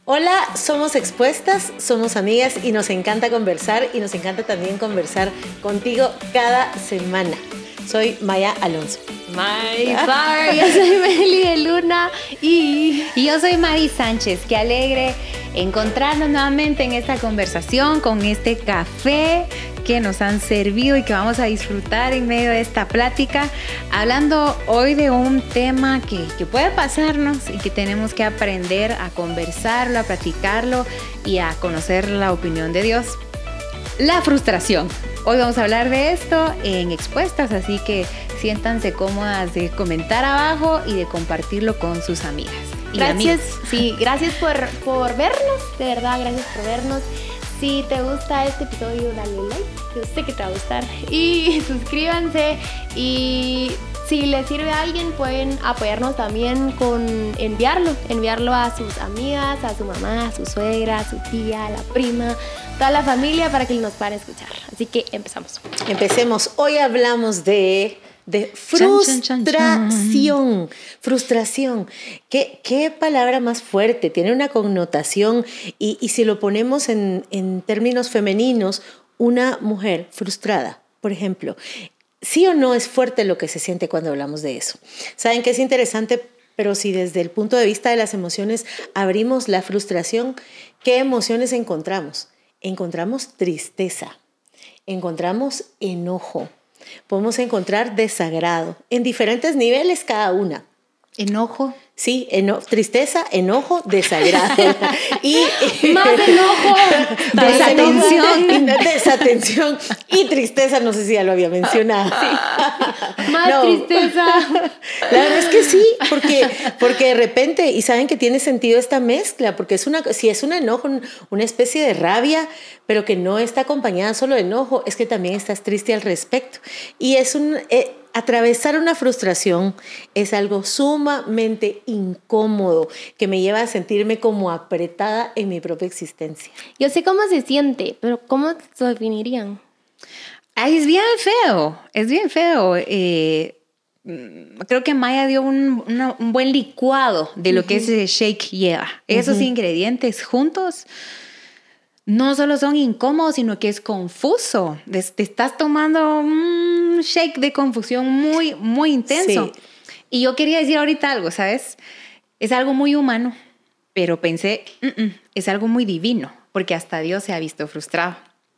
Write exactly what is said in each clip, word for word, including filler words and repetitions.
Hola, somos Expuestas, somos amigas y nos encanta conversar y nos encanta también conversar contigo cada semana. Soy Maya Alonso. My bar, yo soy Meli de Luna y... y yo soy Mari Sánchez. Qué alegre encontrarnos nuevamente en esta conversación con este café que nos han servido y que vamos a disfrutar en medio de esta plática, hablando hoy de un tema que, que puede pasarnos y que tenemos que aprender a conversarlo, a platicarlo y a conocer la opinión de Dios. La frustración. Hoy vamos a hablar de esto en Expuestas, así que siéntanse cómodas de comentar abajo y de compartirlo con sus amigas. Y gracias, amigos. sí, gracias por, por vernos, de verdad, gracias por vernos. Si te gusta este episodio, dale like, yo sé que te va a gustar. Y suscríbanse. Y si les sirve a alguien, pueden apoyarnos también con enviarlo. Enviarlo a sus amigas, a su mamá, a su suegra, a su tía, a la prima, toda la familia para que nos puedan escuchar. Así que empezamos. Empecemos. Hoy hablamos de... de frustración, chan, chan, chan. frustración. ¿Qué, qué palabra más fuerte, tiene una connotación y, y si lo ponemos en, en términos femeninos, una mujer frustrada, por ejemplo, ¿sí o no es fuerte lo que se siente cuando hablamos de eso? ¿Saben qué es interesante? Pero si desde el punto de vista de las emociones abrimos la frustración, ¿qué emociones encontramos? Encontramos tristeza, encontramos enojo, podemos encontrar desagrado en diferentes niveles cada una. Enojo. Sí, eno- tristeza, enojo, desagrado. y más enojo, desatención, desatención y tristeza, no sé si ya lo había mencionado. Sí. Más no. tristeza. La verdad es que sí, porque, porque de repente, y saben que tiene sentido esta mezcla, porque es una, si es un enojo, una especie de rabia, pero que no está acompañada solo de enojo, es que también estás triste al respecto. Y es un... Eh, Atravesar una frustración es algo sumamente incómodo que me lleva a sentirme como apretada en mi propia existencia. Yo sé cómo se siente, pero ¿cómo se definirían? Ay, es bien feo, es bien feo. Eh, creo que Maya dio un, una, un buen licuado de lo uh-huh. que ese shake lleva. Esos uh-huh. ingredientes juntos no solo son incómodos, sino que es confuso. Te estás tomando un shake de confusión muy, muy intenso. Sí. Y yo quería decir ahorita algo, ¿sabes? Es algo muy humano, pero pensé, Mm-mm, es algo muy divino, porque hasta Dios se ha visto frustrado.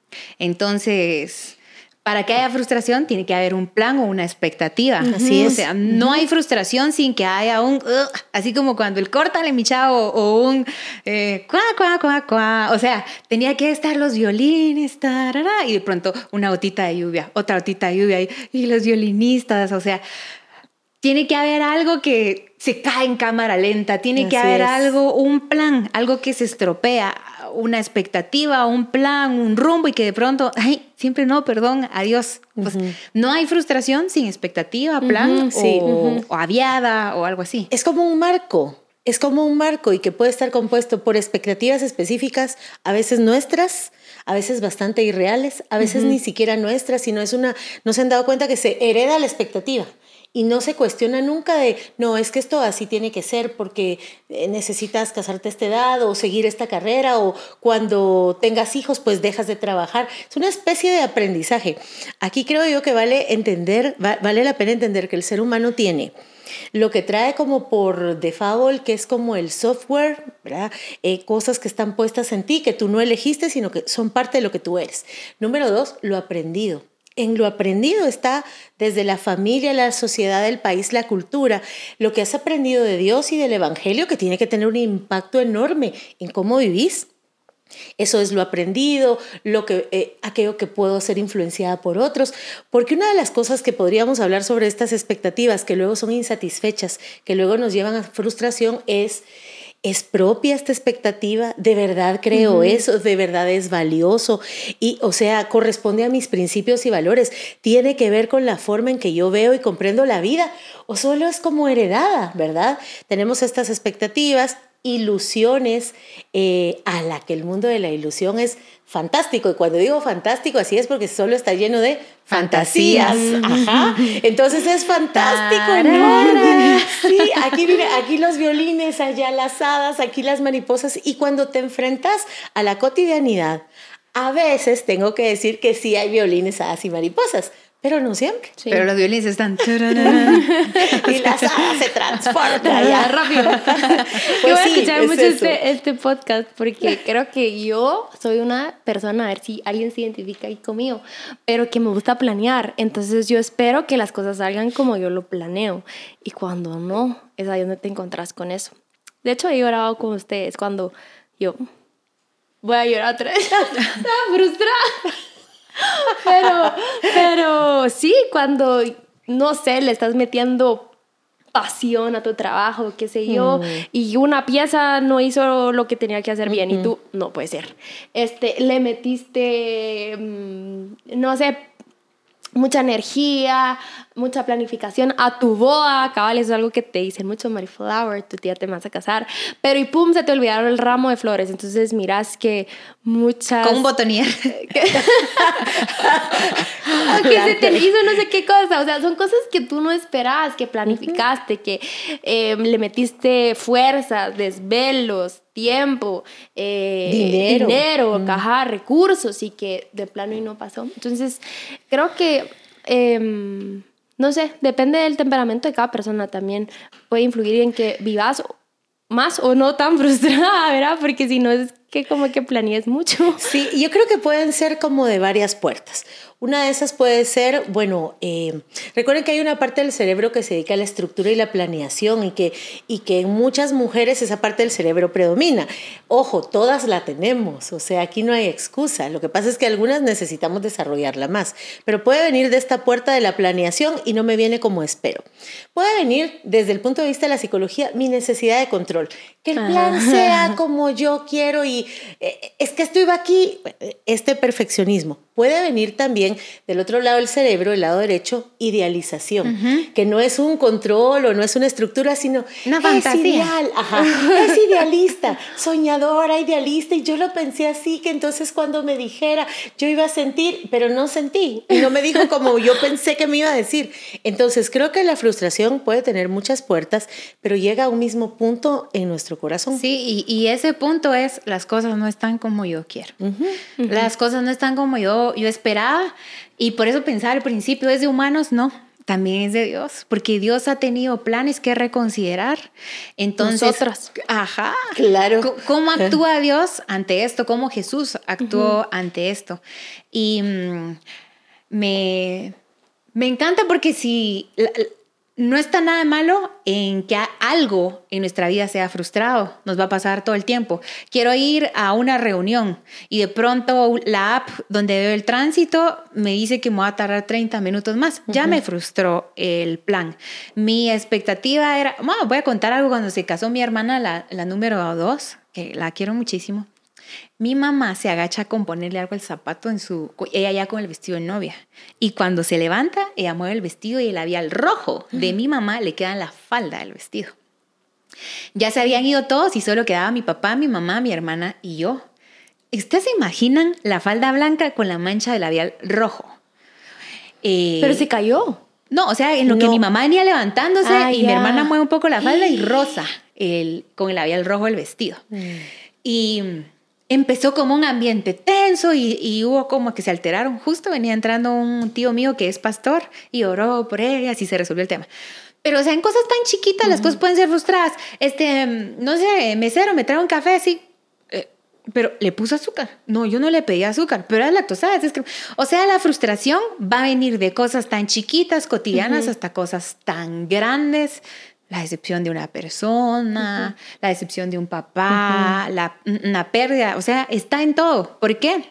Entonces, para que haya frustración, tiene que haber un plan o una expectativa. Uh-huh. Así es. O sea, no uh-huh. hay frustración sin que haya un... Uh, así como cuando el córtale, mi chavo, o un... Eh, cuá, cuá, cuá, cuá. O sea, tenía que estar los violines, tarara, y de pronto una gotita de lluvia, otra gotita de lluvia, y, y los violinistas. O sea, tiene que haber algo que se cae en cámara lenta. Tiene así que haber es. algo, un plan, algo que se estropea, una expectativa, un plan, un rumbo y que de pronto, ay, siempre no, perdón, adiós. Pues uh-huh. no hay frustración sin expectativa, plan uh-huh, sí. o, uh-huh. o aviada o algo así. Es como un marco, es como un marco y que puede estar compuesto por expectativas específicas, a veces nuestras, a veces bastante irreales, a veces uh-huh. ni siquiera nuestras, sino es una, no se han dado cuenta que se hereda la expectativa. Y no se cuestiona nunca de, no, es que esto así tiene que ser porque necesitas casarte a esta edad o seguir esta carrera o cuando tengas hijos pues dejas de trabajar. Es una especie de aprendizaje. Aquí creo yo que vale entender, vale la pena entender que el ser humano tiene lo que trae como por default, que es como el software, ¿verdad? Eh, cosas que están puestas en ti, que tú no elegiste, sino que son parte de lo que tú eres. Número dos, lo aprendido. En lo aprendido está desde la familia, la sociedad, el país, la cultura, lo que has aprendido de Dios y del Evangelio, que tiene que tener un impacto enorme en cómo vivís. Eso es lo aprendido, lo que, eh, aquello que puedo ser influenciada por otros, porque una de las cosas que podríamos hablar sobre estas expectativas que luego son insatisfechas, que luego nos llevan a frustración es... ¿Es propia esta expectativa? ¿De verdad creo uh-huh. eso? ¿De verdad es valioso? Y, o sea, corresponde a mis principios y valores. ¿Tiene que ver con la forma en que yo veo y comprendo la vida? ¿O solo es como heredada, verdad? Tenemos estas expectativas ilusiones, eh, a la que el mundo de la ilusión es fantástico. Y cuando digo fantástico, así es porque solo está lleno de fantasías. Ajá. Entonces es fantástico, enorme. Sí, aquí, mire, aquí los violines, allá las hadas, aquí las mariposas. Y cuando te enfrentas a la cotidianidad, a veces tengo que decir que sí hay violines, hadas y mariposas. Pero no siempre. Sí. Pero los violines están... y las hadas se transforman ya rápido. Pues yo voy a escuchar sí, mucho este, este podcast porque creo que yo soy una persona, a ver si alguien se identifica ahí conmigo, pero que me gusta planear. Entonces yo espero que las cosas salgan como yo lo planeo. Y cuando no, es ahí donde te encontrás con eso. De hecho, he llorado con ustedes cuando yo... Voy a llorar otra vez. Estaba frustrada. Pero, pero sí, cuando, no sé, le estás metiendo pasión a tu trabajo, qué sé yo, mm. y una pieza no hizo lo que tenía que hacer bien, mm-hmm. y tú, no puede ser. Este, le metiste, mmm, no sé, mucha energía, mucha planificación a tu boda, cabal, eso es algo que te dicen mucho, Mary Flower, tu tía te vas a casar, pero y pum, se te olvidaron el ramo de flores, entonces miras que muchas... Con un botonier. que se te hizo no sé qué cosa, o sea, son cosas que tú no esperabas, que planificaste, uh-huh. que eh, le metiste fuerzas, desvelos, tiempo, eh, dinero, dinero mm. caja, recursos, y que de plano y no pasó. Entonces, creo que, eh, no sé, depende del temperamento de cada persona también. Puede influir en que vivas más o no tan frustrada, ¿verdad? Porque si no es que como que planees mucho. Sí, yo creo que pueden ser como de varias puertas. Una de esas puede ser, bueno, eh, recuerden que hay una parte del cerebro que se dedica a la estructura y la planeación y que, y que en muchas mujeres esa parte del cerebro predomina. Ojo, todas la tenemos, o sea, aquí no hay excusa. Lo que pasa es que algunas necesitamos desarrollarla más, pero puede venir de esta puerta de la planeación y no me viene como espero. Puede venir desde el punto de vista de la psicología mi necesidad de control, que el plan ah. sea como yo quiero y eh, es que esto iba aquí, este perfeccionismo. Puede venir también del otro lado del cerebro, el lado derecho, idealización, uh-huh. que no es un control o no es una estructura, sino una es fantasía. Ideal, ajá, es idealista, soñadora, idealista, y yo lo pensé así, que entonces cuando me dijera, yo iba a sentir, pero no sentí, y no me dijo como yo pensé que me iba a decir. Entonces creo que la frustración puede tener muchas puertas, pero llega a un mismo punto en nuestro corazón. Sí, y, y ese punto es, las cosas no están como yo quiero. Uh-huh. Uh-huh. Las cosas no están como yo yo esperaba, y por eso pensaba al principio es de humanos, no, también es de Dios, porque Dios ha tenido planes que reconsiderar. Entonces, nosotras. Ajá, claro. ¿Cómo actúa Dios ante esto? ¿Cómo Jesús actuó uh-huh. ante esto? Y mmm, me, me encanta porque si... La, no está nada malo en que algo en nuestra vida sea frustrado. Nos va a pasar todo el tiempo. Quiero ir a una reunión y de pronto la app donde veo el tránsito me dice que me va a tardar treinta minutos más. Uh-huh. Ya me frustró el plan. Mi expectativa era... Bueno, voy a contar algo. Cuando se casó mi hermana, la, la número dos, que la quiero muchísimo, mi mamá se agacha con ponerle algo al zapato en su... Ella ya con el vestido de novia. Y cuando se levanta, ella mueve el vestido y el labial rojo de mi mamá le queda en la falda del vestido. Ya se habían ido todos y solo quedaba mi papá, mi mamá, mi hermana y yo. ¿Ustedes se imaginan la falda blanca con la mancha de labial rojo? Eh, Pero se cayó. No, o sea, en lo no. que mi mamá venía levantándose ah, y yeah. mi hermana mueve un poco la falda y rosa el, con el labial rojo el vestido. Mm. Y... empezó como un ambiente tenso y, y hubo como que se alteraron. Justo venía entrando un tío mío que es pastor y oró por ellas y se resolvió el tema. Pero, o sea, en cosas tan chiquitas uh-huh. las cosas pueden ser frustradas. Este, no sé, mesero, me trae un café así. Eh, pero le puso azúcar. No, yo no le pedí azúcar, pero era lactosa. Es que, o sea, la frustración va a venir de cosas tan chiquitas, cotidianas, uh-huh. hasta cosas tan grandes. La decepción de una persona, uh-huh. la decepción de un papá, uh-huh. la, una pérdida, o sea, está en todo. ¿Por qué?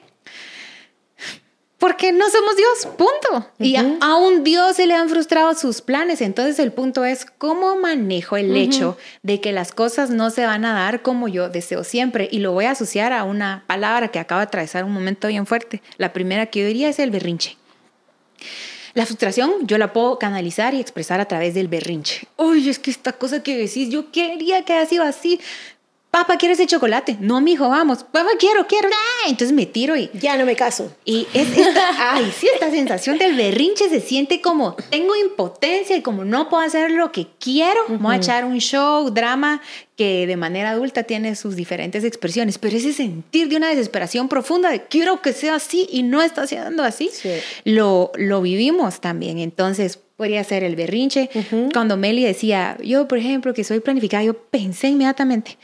Porque no somos Dios, punto. Uh-huh. Y a, a un Dios se le han frustrado sus planes. Entonces el punto es cómo manejo el uh-huh. hecho de que las cosas no se van a dar como yo deseo siempre. Y lo voy a asociar a una palabra que acaba de atravesar un momento bien fuerte. La primera que yo diría es el berrinche. La frustración yo la puedo canalizar y expresar a través del berrinche. Uy, es que esta cosa que decís, yo quería que haya sido así. papá, ¿quieres ese chocolate? No, mijo, vamos. Papá, quiero, quiero. ¡Ah! Entonces me tiro y... Ya no me caso. Y es esta, ay, sí, esta sensación del berrinche se siente como, tengo impotencia y como no puedo hacer lo que quiero, uh-huh. voy a echar un show, drama, que de manera adulta tiene sus diferentes expresiones, pero ese sentir de una desesperación profunda de quiero que sea así y no está siendo así, sí. lo, lo vivimos también. Entonces, podría ser el berrinche. Uh-huh. Cuando Meli decía, yo, por ejemplo, que soy planificada, yo pensé inmediatamente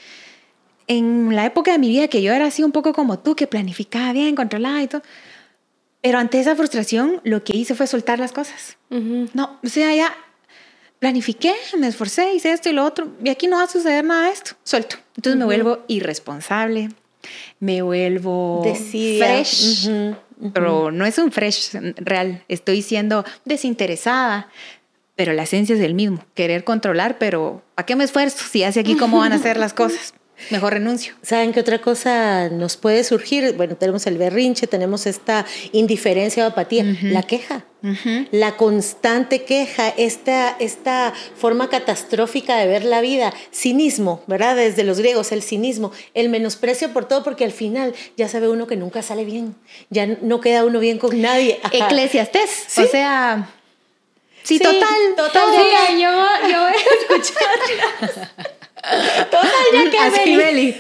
en la época de mi vida que yo era así un poco como tú, que planificaba bien, controlada y todo. Pero ante esa frustración, lo que hice fue soltar las cosas. Uh-huh. No, o sea, ya planifiqué, me esforcé, hice esto y lo otro, y aquí no va a suceder nada de esto. Suelto. Entonces uh-huh. me vuelvo irresponsable, me vuelvo Decidida. fresh, Uh-huh. Uh-huh. pero no es un fresh real. Estoy siendo desinteresada, pero la esencia es el mismo. Querer controlar, pero ¿para qué me esfuerzo si hace aquí cómo van a ser las cosas? Mejor renuncio. ¿Saben qué otra cosa nos puede surgir? Bueno, tenemos el berrinche, tenemos esta indiferencia o apatía. Uh-huh. La queja. Uh-huh. La constante queja, esta, esta forma catastrófica de ver la vida. Cinismo, ¿verdad? Desde los griegos, el cinismo. El menosprecio por todo, porque al final ya sabe uno que nunca sale bien. Ya no queda uno bien con nadie. Ajá. Eclesiastés. ¿Sí? O sea... Sí, sí, total. Total. Todo. Sí, yo, yo voy a escucharlas. Total, ya que así, Meli.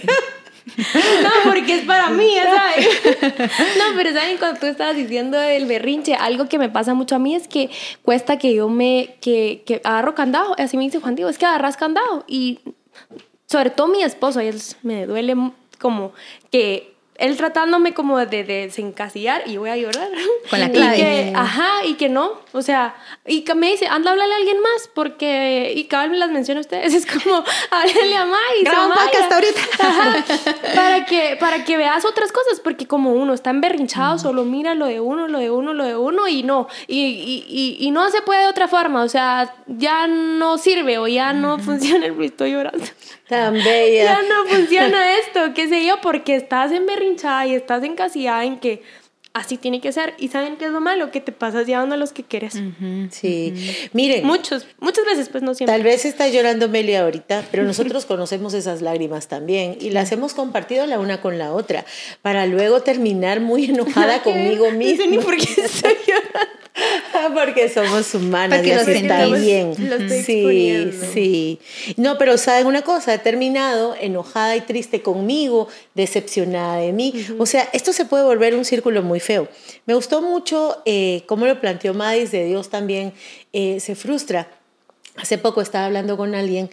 No, porque es para mí, ¿sabes? No, pero ¿saben? Cuando tú estabas diciendo el berrinche, algo que me pasa mucho a mí es que cuesta que yo me, que, que agarro candado, así me dice Juan Diego, es que agarras candado, y sobre todo mi esposo, y él me duele como que él tratándome como de desencasillar y voy a llorar. Con la clave. Y que, ajá, y que no, o sea, y que me dice, anda a hablarle a alguien más, porque, y cabal me las menciona a ustedes, es como, háblale a May. Graba un podcast ahorita. Ajá, para que, para que veas otras cosas, porque como uno está emberrinchado, mm. solo mira lo de uno, lo de uno, lo de uno, y no, y, y, y, y no se puede de otra forma, o sea, ya no sirve, o ya no mm. funciona, el estoy llorando. Tan bella. Ya no funciona esto, qué sé yo, porque estás emberrinchada y estás encasillada en que así tiene que ser. ¿Y saben qué es lo malo? Que te pasas llevando a los que quieres. Uh-huh, sí. Uh-huh. Miren. Muchos, muchas veces, pues no siempre. Tal vez está llorando Meli ahorita, pero nosotros conocemos esas lágrimas también y las hemos compartido la una con la otra para luego terminar muy enojada conmigo misma. No sé ni por qué estoy llorando. Porque somos humanas y así está bien. Lo estoy sí, sí. No, pero ¿saben una cosa? He terminado enojada y triste conmigo, decepcionada de mí. Uh-huh. O sea, esto se puede volver un círculo muy feo. Me gustó mucho eh, cómo lo planteó Madis, de Dios también eh, se frustra. Hace poco estaba hablando con alguien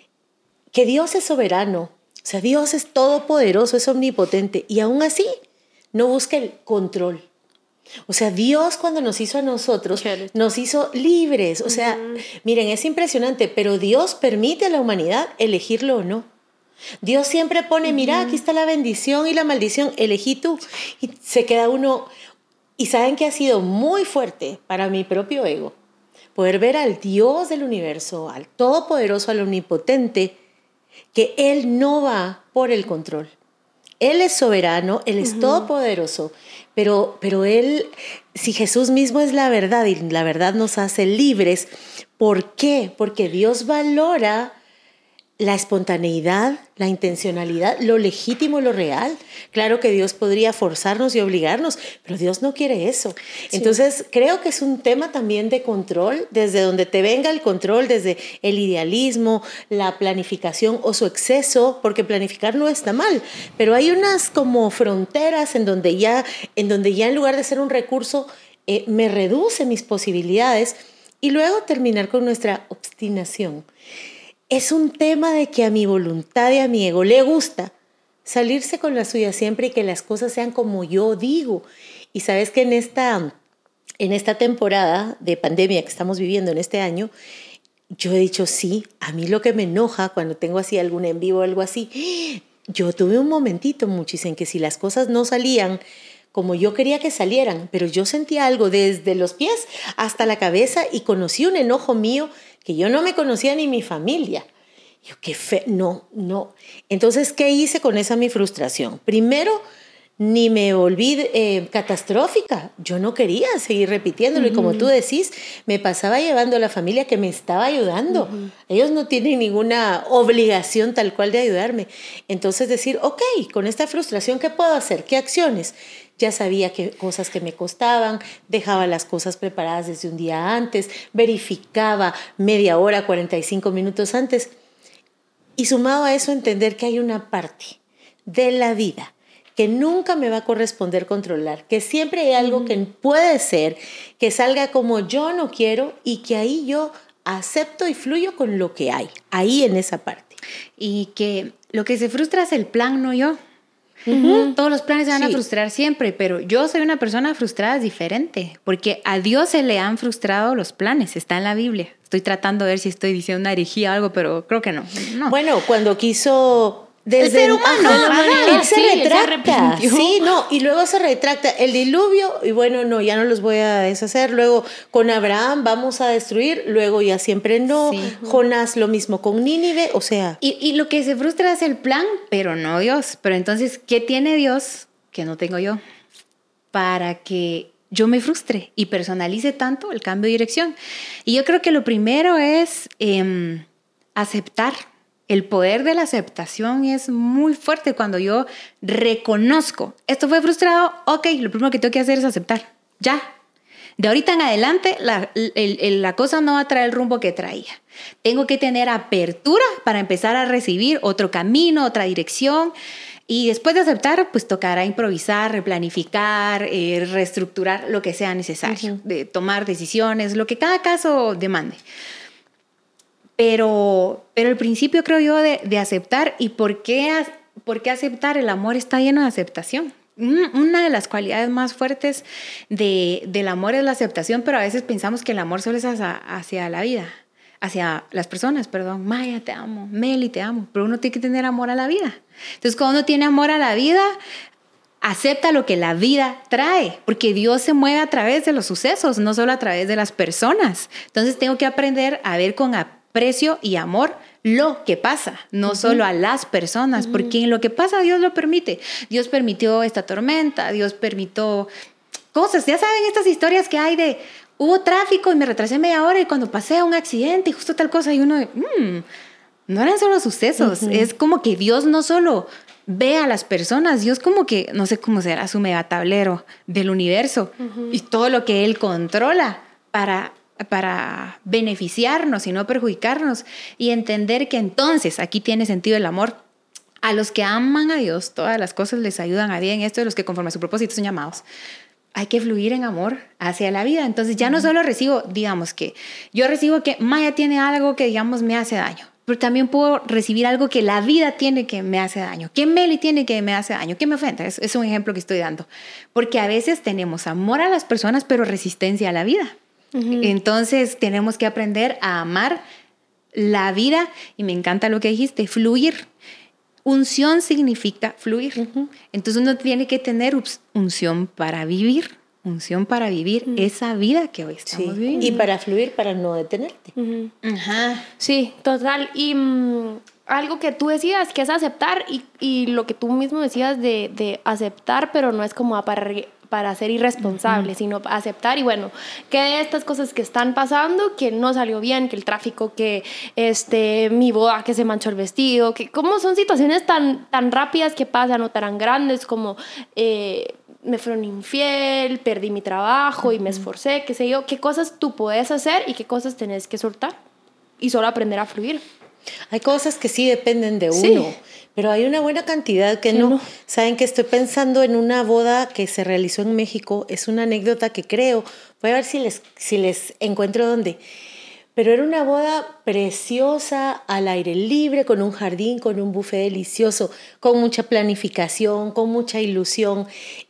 que Dios es soberano. O sea, Dios es todopoderoso, es omnipotente. Y aún así no busca el control. O sea, Dios cuando nos hizo a nosotros, nos hizo libres. O sea, uh-huh. miren, es impresionante, pero Dios permite a la humanidad elegirlo o no. Dios siempre pone, uh-huh. mira, aquí está la bendición y la maldición, elegí tú. Y se queda uno... Y saben que ha sido muy fuerte para mi propio ego, poder ver al Dios del universo, al todopoderoso, al omnipotente, que Él no va por el control. Él es soberano, Él es uh-huh. todopoderoso, pero, pero Él, si Jesús mismo es la verdad y la verdad nos hace libres, ¿por qué? Porque Dios valora la espontaneidad, la intencionalidad, lo legítimo, lo real. Claro que Dios podría forzarnos y obligarnos, pero Dios no quiere eso. Sí. Entonces, creo que es un tema también de control, desde donde te venga el control, desde el idealismo, la planificación o su exceso, porque planificar no está mal, pero hay unas como fronteras en donde ya, en donde ya en lugar de ser un recurso, eh, me reduce mis posibilidades, y luego terminar con nuestra obstinación. Es un tema de que a mi voluntad y a mi ego le gusta salirse con la suya siempre y que las cosas sean como yo digo. Y sabes que en esta, en esta temporada de pandemia que estamos viviendo en este año, yo he dicho sí, a mí lo que me enoja cuando tengo así algún en vivo o algo así, yo tuve un momentito, Muchis, en que si las cosas no salían como yo quería que salieran, pero yo sentía algo desde los pies hasta la cabeza y conocí un enojo mío que yo no me conocía ni mi familia. Yo, qué fe, no, no. Entonces, ¿qué hice con esa mi frustración? Primero, ni me volví eh, catastrófica. Yo no quería seguir repitiéndolo. Uh-huh. Y como tú decís, me pasaba llevando a la familia que me estaba ayudando. Uh-huh. Ellos no tienen ninguna obligación tal cual de ayudarme. Entonces decir, ok, con esta frustración, ¿qué puedo hacer? ¿Qué acciones? Ya sabía que cosas que me costaban, dejaba las cosas preparadas desde un día antes, verificaba media hora, cuarenta y cinco minutos antes. Y sumado a eso, entender que hay una parte de la vida que nunca me va a corresponder controlar, que siempre hay algo que puede ser, que salga como yo no quiero y que ahí yo acepto y fluyo con lo que hay, ahí en esa parte. Y que lo que se frustra es el plan, no yo. Uh-huh. Todos los planes se van sí. a frustrar siempre, pero yo soy una persona frustrada diferente, porque a Dios se le han frustrado los planes, está en la Biblia. Estoy tratando de ver si estoy diciendo una herejía o algo, pero creo que no. no. Bueno, cuando quiso... Desde el ser humano, ajá, ajá, él se sí, retracta, él se sí, no, y luego se retracta el diluvio, y bueno, no, ya no los voy a deshacer, luego con Abraham vamos a destruir, luego ya siempre no, sí. Jonás lo mismo con Nínive, o sea. Y, y lo que se frustra es el plan, pero no Dios, pero entonces, ¿qué tiene Dios que no tengo yo? Para que yo me frustre y personalice tanto el cambio de dirección. Y yo creo que lo primero es eh, aceptar. El poder de la aceptación es muy fuerte cuando yo reconozco, esto fue frustrado, ok, lo primero que tengo que hacer es aceptar, ya. De ahorita en adelante la, el, el, la cosa no va a traer el rumbo que traía. Tengo que tener apertura para empezar a recibir otro camino, otra dirección. Y después de aceptar, pues tocará improvisar, replanificar, eh, reestructurar lo que sea necesario, uh-huh. de tomar decisiones, lo que cada caso demande. Pero, pero el principio, creo yo, de, de aceptar. ¿Y por qué, por qué aceptar? El amor está lleno de aceptación. Una de las cualidades más fuertes de, del amor es la aceptación, pero a veces pensamos que el amor solo es hacia, hacia la vida, hacia las personas, perdón. Maya, te amo. Meli, te amo. Pero uno tiene que tener amor a la vida. Entonces, cuando uno tiene amor a la vida, acepta lo que la vida trae, porque Dios se mueve a través de los sucesos, no solo a través de las personas. Entonces, tengo que aprender a ver con aprecio y amor lo que pasa, no uh-huh. solo a las personas, uh-huh. porque en lo que pasa Dios lo permite. Dios permitió esta tormenta, Dios permitió cosas. Ya saben estas historias que hay de hubo tráfico y me retrasé media hora y cuando pasé a un accidente y justo tal cosa y uno de, mmm, no eran solo sucesos, uh-huh. es como que Dios no solo ve a las personas, Dios como que, no sé cómo será su mega tablero del universo uh-huh. y todo lo que Él controla para... para beneficiarnos y no perjudicarnos y entender que entonces aquí tiene sentido el amor. A los que aman a Dios, todas las cosas les ayudan a bien. Esto de los que conforme a su propósito son llamados. Hay que fluir en amor hacia la vida. Entonces ya no solo recibo, digamos que yo recibo que Maya tiene algo que digamos me hace daño, pero también puedo recibir algo que la vida tiene que me hace daño, que Meli tiene que me hace daño, que me ofenda. Es, es un ejemplo que estoy dando. Porque a veces tenemos amor a las personas, pero resistencia a la vida. Uh-huh. Entonces tenemos que aprender a amar la vida y me encanta lo que dijiste, fluir. Unción significa fluir. Uh-huh. Entonces uno tiene que tener ups, unción para vivir, unción para vivir uh-huh. esa vida que hoy estamos sí. viviendo. Y para fluir, para no detenerte. Uh-huh. Ajá. Sí, total. Y um, algo que tú decías que es aceptar y, y lo que tú mismo decías de, de aceptar, pero no es como para... para ser irresponsable, uh-huh. sino aceptar y bueno, que estas cosas que están pasando, que no salió bien, que el tráfico, que este, mi boda, que se manchó el vestido, que como son situaciones tan, tan rápidas que pasan o tan grandes como eh, me fueron infiel, perdí mi trabajo uh-huh. y me esforcé, qué sé yo, qué cosas tú puedes hacer y qué cosas tenés que soltar y solo aprender a fluir. Hay cosas que sí dependen de uno, sí. pero hay una buena cantidad que no. no. Saben que estoy pensando en una boda que se realizó en México. Es una anécdota que creo. Voy a ver si les, si les encuentro dónde. Pero era una boda preciosa, al aire libre, con un jardín, con un buffet delicioso, con mucha planificación, con mucha ilusión.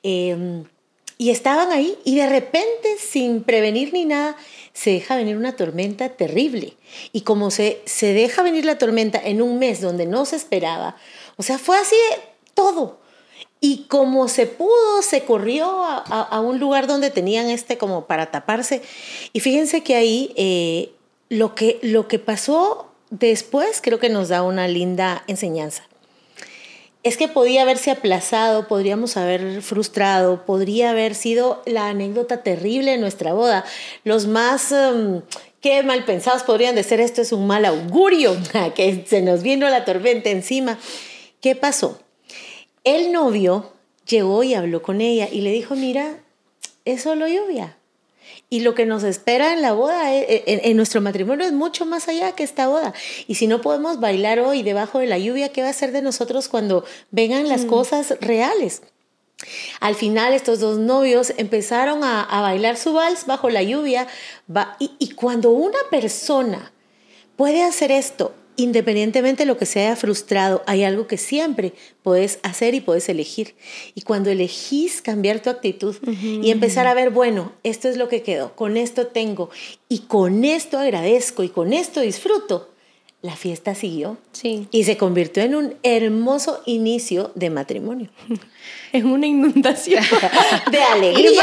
Eh, y estaban ahí y de repente, sin prevenir ni nada, se deja venir una tormenta terrible. Y como se, se deja venir la tormenta en un mes donde no se esperaba, o sea, fue así de todo. Y como se pudo, se corrió a, a, a un lugar donde tenían este como para taparse. Y fíjense que ahí eh, lo, que, lo que pasó después creo que nos da una linda enseñanza. es que podía haberse aplazado, podríamos haber frustrado, podría haber sido la anécdota terrible de nuestra boda. Los más... Um, qué mal pensados podrían decir, esto es un mal augurio, que se nos vino la tormenta encima. ¿Qué pasó? El novio llegó y habló con ella y le dijo, mira, es solo lluvia. Y lo que nos espera en la boda, en, en nuestro matrimonio, es mucho más allá que esta boda. Y si no podemos bailar hoy debajo de la lluvia, ¿qué va a ser de nosotros cuando vengan las mm. cosas reales? Al final estos dos novios empezaron a, a bailar su vals bajo la lluvia va, y, y cuando una persona puede hacer esto, independientemente de lo que se haya frustrado, hay algo que siempre puedes hacer y puedes elegir. Y cuando elegís cambiar tu actitud uh-huh. y empezar a ver, bueno, esto es lo que quedó, con esto tengo y con esto agradezco y con esto disfruto, la fiesta siguió sí. y se convirtió en un hermoso inicio de matrimonio. En una inundación de alegría.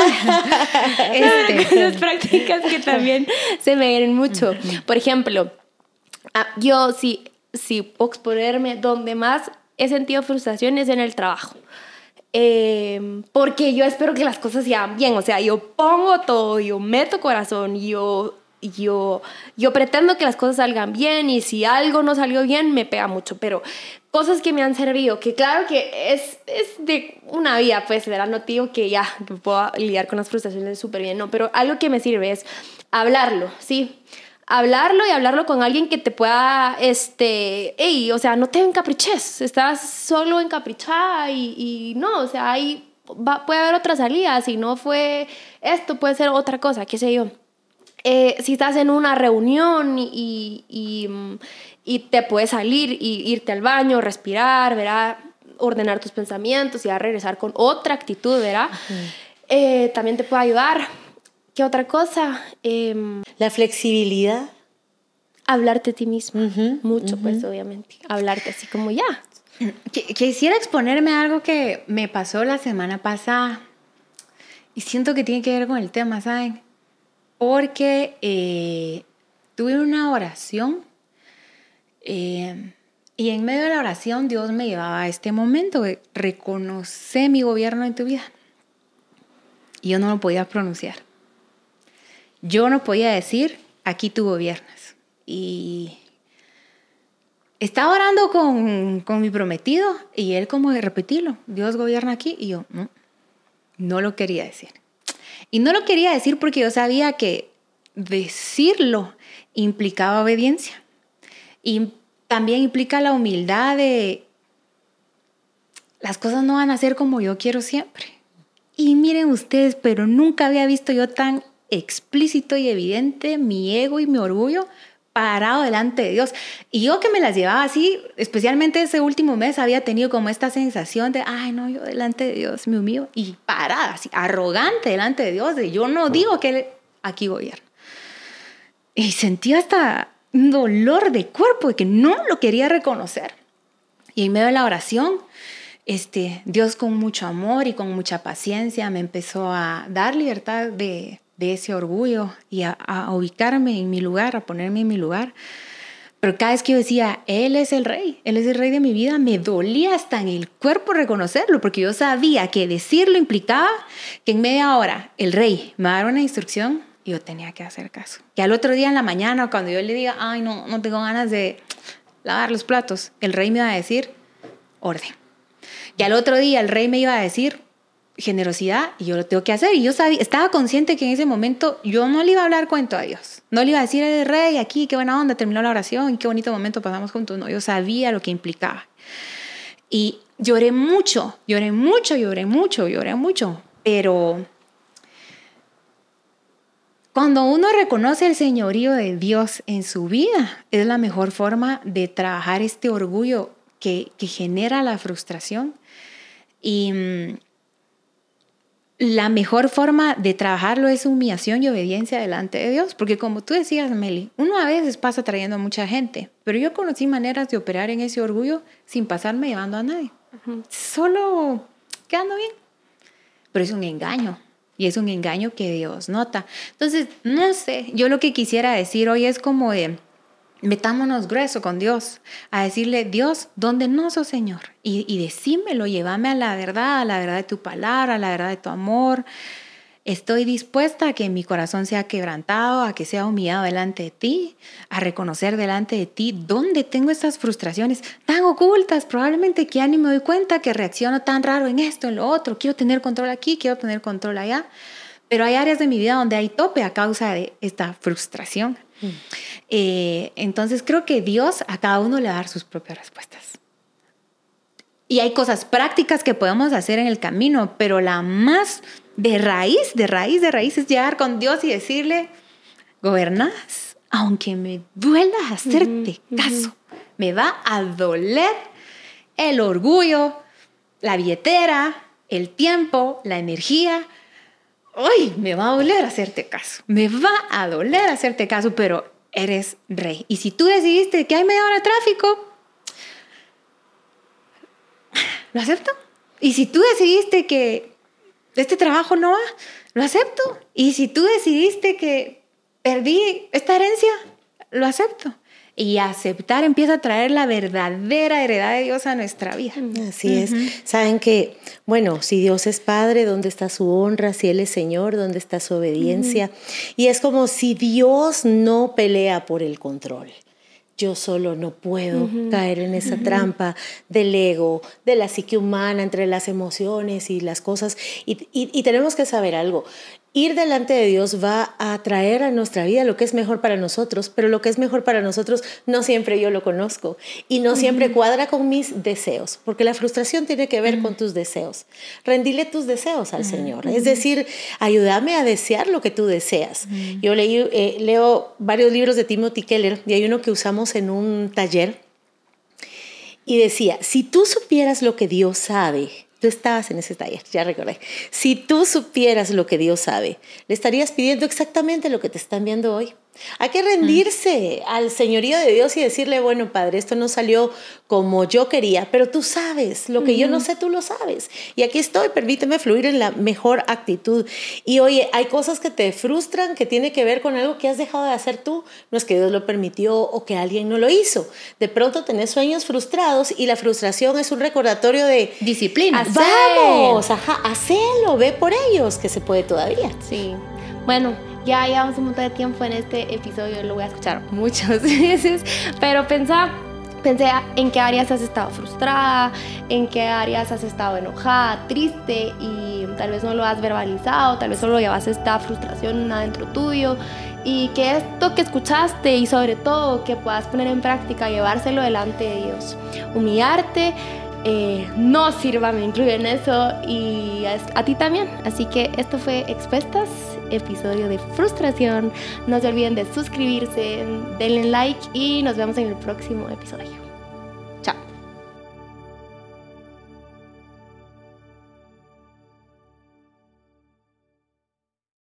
este. Las prácticas que también se me vienen mucho. Por ejemplo, yo sí, sí puedo exponerme, donde más he sentido frustración es en el trabajo. Eh, porque yo espero que las cosas sean bien. O sea, yo pongo todo, yo meto corazón, yo... Yo, yo pretendo que las cosas salgan bien y si algo no salió bien me pega mucho, pero cosas que me han servido, que claro que es, es de una vida, pues, ¿verdad? No digo que ya que puedo lidiar con las frustraciones súper bien, no, pero algo que me sirve es hablarlo, ¿sí? Hablarlo y hablarlo con alguien que te pueda, este, hey, o sea, no te encapriches, estás solo encaprichada y, y no, o sea, hay, va, puede haber otra salida, si no fue esto, puede ser otra cosa, qué sé yo. Eh, si estás en una reunión y, y, y te puedes salir y irte al baño, respirar, ¿verdad? Ordenar tus pensamientos y a regresar con otra actitud, ¿verdad? Uh-huh. Eh, también te puede ayudar. ¿Qué otra cosa? Eh, La flexibilidad. Hablarte a ti mismo. Uh-huh. Mucho, uh-huh. pues, obviamente. Hablarte así como ya. Quisiera exponerme a algo que me pasó la semana pasada y siento que tiene que ver con el tema, ¿saben? Porque eh, tuve una oración eh, y en medio de la oración Dios me llevaba a este momento de reconocer mi gobierno en tu vida. Y yo no lo podía pronunciar. Yo no podía decir, aquí tú gobiernas. Y estaba orando con, con mi prometido y él como de repetirlo, Dios gobierna aquí. Y yo no, no lo quería decir. Y no lo quería decir porque yo sabía que decirlo implicaba obediencia. Y también implica la humildad de las cosas no van a ser como yo quiero siempre. Y miren ustedes, pero nunca había visto yo tan explícito y evidente mi ego y mi orgullo parado delante de Dios. Y yo que me las llevaba así, especialmente ese último mes, había tenido como esta sensación de, ay, no, yo delante de Dios me humillo. Y parada, así, arrogante delante de Dios, de yo no digo que Él aquí gobierna. Y sentí hasta un dolor de cuerpo, de que no lo quería reconocer. Y en medio de la oración, este, Dios con mucho amor y con mucha paciencia me empezó a dar libertad de... de ese orgullo y a, a ubicarme en mi lugar, a ponerme en mi lugar. Pero cada vez que yo decía, Él es el rey, Él es el rey de mi vida, me dolía hasta en el cuerpo reconocerlo, porque yo sabía que decirlo implicaba que en media hora el rey me va a dar una instrucción y yo tenía que hacer caso. Que al otro día en la mañana, cuando yo le diga, ay, no, no tengo ganas de lavar los platos, el rey me iba a decir, orden. Que al otro día el rey me iba a decir, generosidad, y yo lo tengo que hacer. Y yo sabía, estaba consciente que en ese momento yo no le iba a hablar cuento a Dios. No le iba a decir, el rey, aquí, qué buena onda, terminó la oración, y qué bonito momento pasamos juntos. No, yo sabía lo que implicaba. Y lloré mucho, lloré mucho, lloré mucho, lloré mucho. Pero cuando uno reconoce el señorío de Dios en su vida, es la mejor forma de trabajar este orgullo que, que genera la frustración. Y la mejor forma de trabajarlo es humillación y obediencia delante de Dios. Porque como tú decías, Meli, uno a veces pasa trayendo a mucha gente, pero yo conocí maneras de operar en ese orgullo sin pasarme llevando a nadie. Uh-huh. Solo quedando bien. Pero es un engaño. Y es un engaño que Dios nota. Entonces, no sé, yo lo que quisiera decir hoy es como de, metámonos grueso con Dios, a decirle, Dios, ¿dónde no sos, Señor? Y, y decímelo, llévame a la verdad, a la verdad de tu palabra, a la verdad de tu amor. Estoy dispuesta a que mi corazón sea quebrantado, a que sea humillado delante de ti, a reconocer delante de ti dónde tengo estas frustraciones tan ocultas, probablemente que ya ni me doy cuenta que reacciono tan raro en esto, en lo otro. Quiero tener control aquí, quiero tener control allá. Pero hay áreas de mi vida donde hay tope a causa de esta frustración. Mm. Eh, entonces creo que Dios a cada uno le va a dar sus propias respuestas. Y hay cosas prácticas que podemos hacer en el camino, pero la más de raíz, de raíz, de raíz es llegar con Dios y decirle, gobernás, aunque me duela hacerte uh-huh, caso, uh-huh. me va a doler el orgullo, la billetera, el tiempo, la energía. Uy, me va a doler hacerte caso, me va a doler hacerte caso, pero eres rey. Y si tú decidiste que hay media hora de tráfico, lo acepto. Y si tú decidiste que este trabajo no va, lo acepto. Y si tú decidiste que perdí esta herencia, lo acepto. Y aceptar empieza a traer la verdadera heredad de Dios a nuestra vida. Así uh-huh. es. Saben que, bueno, si Dios es Padre, ¿dónde está su honra? Si Él es Señor, ¿dónde está su obediencia? Uh-huh. Y es como si Dios no pelea por el control. Yo solo no puedo uh-huh. caer en esa uh-huh. trampa del ego, de la psique humana, entre las emociones y las cosas. Y, y, y tenemos que saber algo. Ir delante de Dios va a traer a nuestra vida lo que es mejor para nosotros, pero lo que es mejor para nosotros no siempre yo lo conozco y no uh-huh. siempre cuadra con mis deseos, porque la frustración tiene que ver uh-huh. con tus deseos. Rendile tus deseos al uh-huh. Señor, es decir, ayúdame a desear lo que tú deseas. Uh-huh. Yo leí, eh, leo varios libros de Timothy Keller y hay uno que usamos en un taller y decía, si tú supieras lo que Dios sabe, tú estabas en ese taller, ya recordé. Si tú supieras lo que Dios sabe, le estarías pidiendo exactamente lo que te está enviando hoy. Hay que rendirse mm. al señorío de Dios y decirle, bueno, Padre, esto no salió como yo quería, pero tú sabes, lo que mm. yo no sé, tú lo sabes. Y aquí estoy, permíteme fluir en la mejor actitud. Y oye, hay cosas que te frustran, que tiene que ver con algo que has dejado de hacer tú. No es que Dios lo permitió o que alguien no lo hizo. De pronto tenés sueños frustrados y la frustración es un recordatorio de disciplina. Hacer. Vamos, ajá, hacelo, ve por ellos, que se puede todavía. Sí, bueno, ya llevamos un montón de tiempo en este episodio, lo voy a escuchar muchas veces, pero pensá, pensé en qué áreas has estado frustrada, en qué áreas has estado enojada, triste y tal vez no lo has verbalizado, tal vez solo llevas esta frustración adentro tuyo y que esto que escuchaste y sobre todo que puedas poner en práctica, llevárselo delante de Dios, humillarte. Eh, no sirva, me incluyo en eso y a, a ti también. Así que esto fue Expuestas, episodio de frustración. No se olviden de suscribirse, denle like y nos vemos en el próximo episodio.